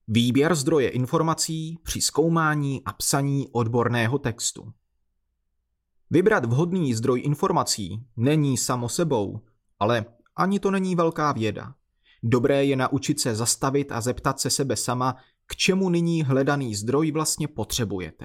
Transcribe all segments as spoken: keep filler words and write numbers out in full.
Výběr zdroje informací při zkoumání a psaní odborného textu. Vybrat vhodný zdroj informací není samo sebou, ale ani to není velká věda. Dobré je naučit se zastavit a zeptat se sebe sama, k čemu nyní hledaný zdroj vlastně potřebujete.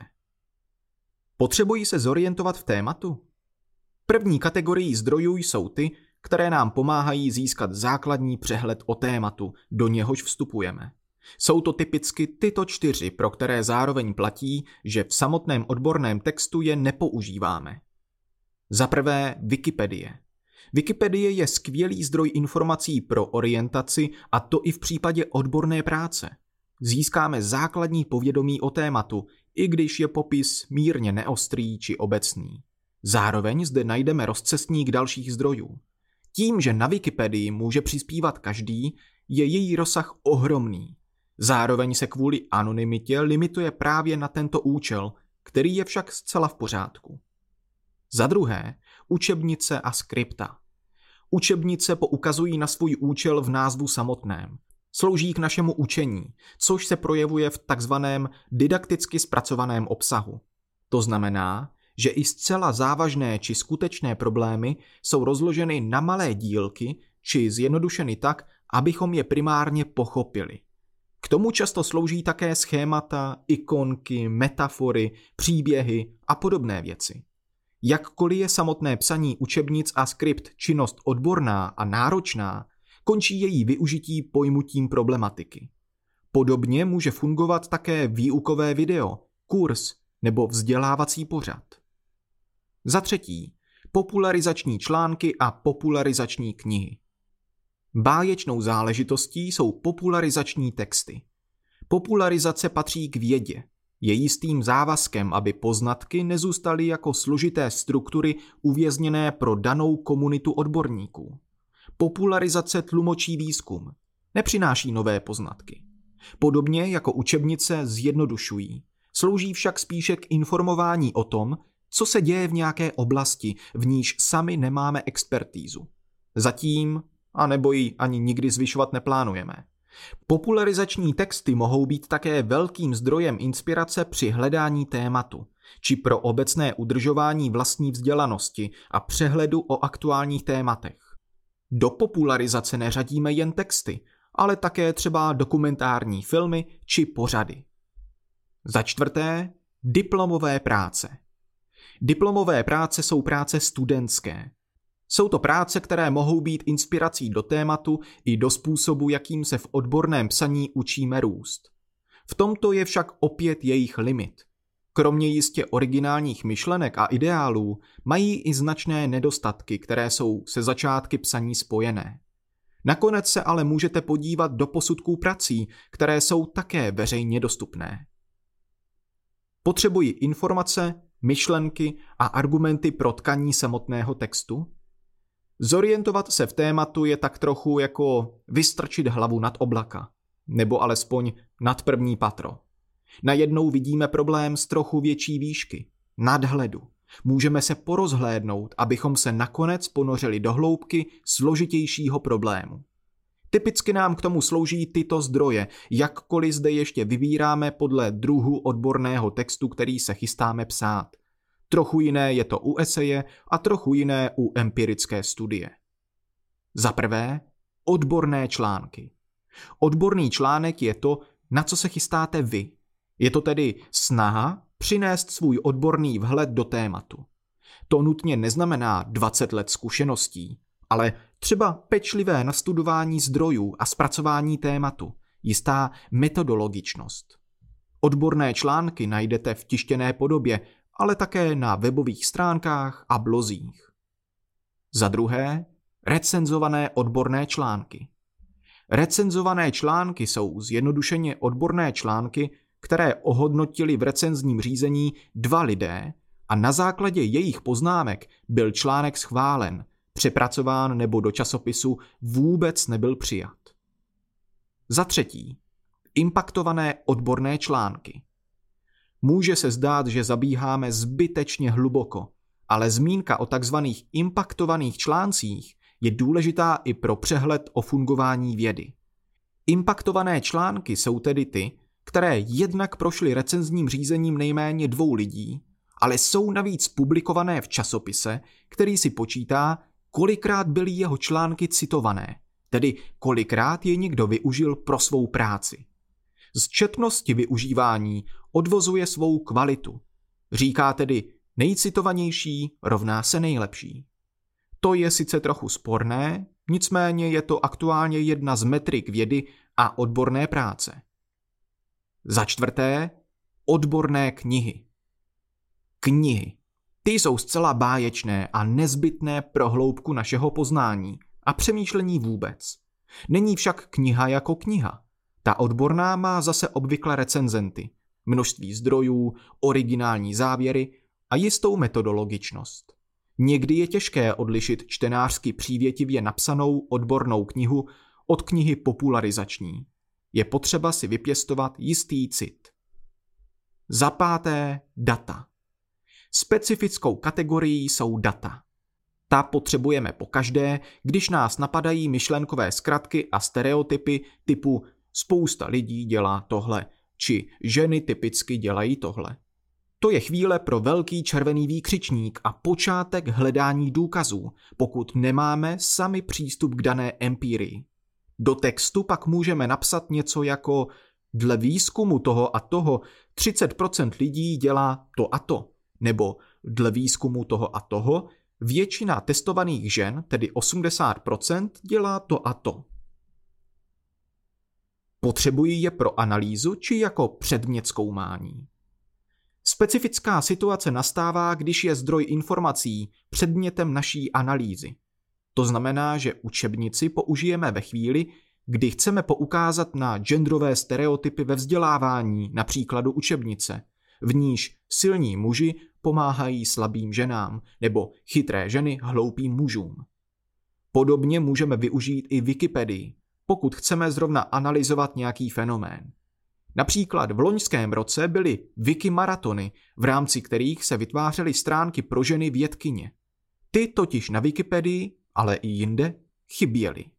Potřebují se zorientovat v tématu? První kategorií zdrojů jsou ty, které nám pomáhají získat základní přehled o tématu, do něhož vstupujeme. Jsou to typicky tyto čtyři, pro které zároveň platí, že v samotném odborném textu je nepoužíváme. Za prvé Wikipedie. Wikipedie je skvělý zdroj informací pro orientaci, a to i v případě odborné práce. Získáme základní povědomí o tématu, i když je popis mírně neostrý či obecný. Zároveň zde najdeme rozcestník dalších zdrojů. Tím, že na Wikipedii může přispívat každý, je její rozsah ohromný. Zároveň se kvůli anonymitě limituje právě na tento účel, který je však zcela v pořádku. Za druhé, učebnice a skripta. Učebnice poukazují na svůj účel v názvu samotném. Slouží k našemu učení, což se projevuje v takzvaném didakticky zpracovaném obsahu. To znamená, že i zcela závažné či skutečné problémy jsou rozloženy na malé dílky či zjednodušeny tak, abychom je primárně pochopili. K tomu často slouží také schémata, ikonky, metafory, příběhy a podobné věci. Jakkoliv je samotné psaní učebnic a skript činnost odborná a náročná, končí její využití pojmutím problematiky. Podobně může fungovat také výukové video, kurz nebo vzdělávací pořad. Za třetí, popularizační články a popularizační knihy. Báječnou záležitostí jsou popularizační texty. Popularizace patří k vědě. Je jistým závazkem, aby poznatky nezůstaly jako složité struktury uvězněné pro danou komunitu odborníků. Popularizace tlumočí výzkum, nepřináší nové poznatky. Podobně jako učebnice zjednodušují, slouží však spíše k informování o tom, co se děje v nějaké oblasti, v níž sami nemáme expertízu. Zatím, anebo ji ani nikdy zvyšovat neplánujeme. Popularizační texty mohou být také velkým zdrojem inspirace při hledání tématu, či pro obecné udržování vlastní vzdělanosti a přehledu o aktuálních tématech. Do popularizace neřadíme jen texty, ale také třeba dokumentární filmy či pořady. Za čtvrté, diplomové práce. Diplomové práce jsou práce studentské. Jsou to práce, které mohou být inspirací do tématu i do způsobu, jakým se v odborném psaní učíme růst. V tomto je však opět jejich limit. Kromě jistě originálních myšlenek a ideálů mají i značné nedostatky, které jsou se začátky psaní spojené. Nakonec se ale můžete podívat do posudků prací, které jsou také veřejně dostupné. Potřebuji informace, myšlenky a argumenty pro tkaní samotného textu? Zorientovat se v tématu je tak trochu jako vystrčit hlavu nad oblaka, nebo alespoň nad první patro. Najednou vidíme problém z trochu větší výšky, nadhledu. Můžeme se porozhlédnout, abychom se nakonec ponořili do hloubky složitějšího problému. Typicky nám k tomu slouží tyto zdroje, jakkoliv zde ještě vybíráme podle druhu odborného textu, který se chystáme psát. Trochu jiné je to u eseje a trochu jiné u empirické studie. Za prvé, odborné články. Odborný článek je to, na co se chystáte vy. Je to tedy snaha přinést svůj odborný vhled do tématu. To nutně neznamená dvacet let zkušeností, ale třeba pečlivé nastudování zdrojů a zpracování tématu, jistá metodologičnost. Odborné články najdete v tištěné podobě, ale také na webových stránkách a blozích. Za druhé, recenzované odborné články. Recenzované články jsou zjednodušeně odborné články, které ohodnotili v recenzním řízení dva lidé a na základě jejich poznámek byl článek schválen, přepracován nebo do časopisu vůbec nebyl přijat. Za třetí, impaktované odborné články. Může se zdát, že zabíháme zbytečně hluboko, ale zmínka o takzvaných impaktovaných článcích je důležitá i pro přehled o fungování vědy. Impaktované články jsou tedy ty, které jednak prošly recenzním řízením nejméně dvou lidí, ale jsou navíc publikované v časopise, který si počítá, kolikrát byly jeho články citované, tedy kolikrát je někdo využil pro svou práci. Z četnosti využívání odvozuje svou kvalitu. Říká tedy nejcitovanější rovná se nejlepší. To je sice trochu sporné, nicméně je to aktuálně jedna z metrik vědy a odborné práce. Za čtvrté, odborné knihy. Knihy. Ty jsou zcela báječné a nezbytné pro hloubku našeho poznání a přemýšlení vůbec. Není však kniha jako kniha. Ta odborná má zase obvykle recenzenty, množství zdrojů, originální závěry a jistou metodologičnost. Někdy je těžké odlišit čtenářsky přívětivě napsanou odbornou knihu od knihy popularizační. Je potřeba si vypěstovat jistý cit. Za páté, data. Specifickou kategorií jsou data. Ta potřebujeme pokaždé, když nás napadají myšlenkové zkratky a stereotypy typu spousta lidí dělá tohle, či ženy typicky dělají tohle. To je chvíle pro velký červený výkřičník a počátek hledání důkazů, pokud nemáme sami přístup k dané empirii. Do textu pak můžeme napsat něco jako dle výzkumu toho a toho třicet procent lidí dělá to a to, nebo dle výzkumu toho a toho většina testovaných žen, tedy osmdesát procent, dělá to a to. Potřebují je pro analýzu či jako předmět zkoumání? Specifická situace nastává, když je zdroj informací předmětem naší analýzy. To znamená, že učebnici použijeme ve chvíli, kdy chceme poukázat na genderové stereotypy ve vzdělávání, na příkladu učebnice, v níž silní muži pomáhají slabým ženám nebo chytré ženy hloupým mužům. Podobně můžeme využít i Wikipedii, pokud chceme zrovna analyzovat nějaký fenomén. Například v loňském roce byly wikimaratony, v rámci kterých se vytvářely stránky pro ženy vědkyně. Ty totiž na Wikipedii, ale i jinde, chyběly.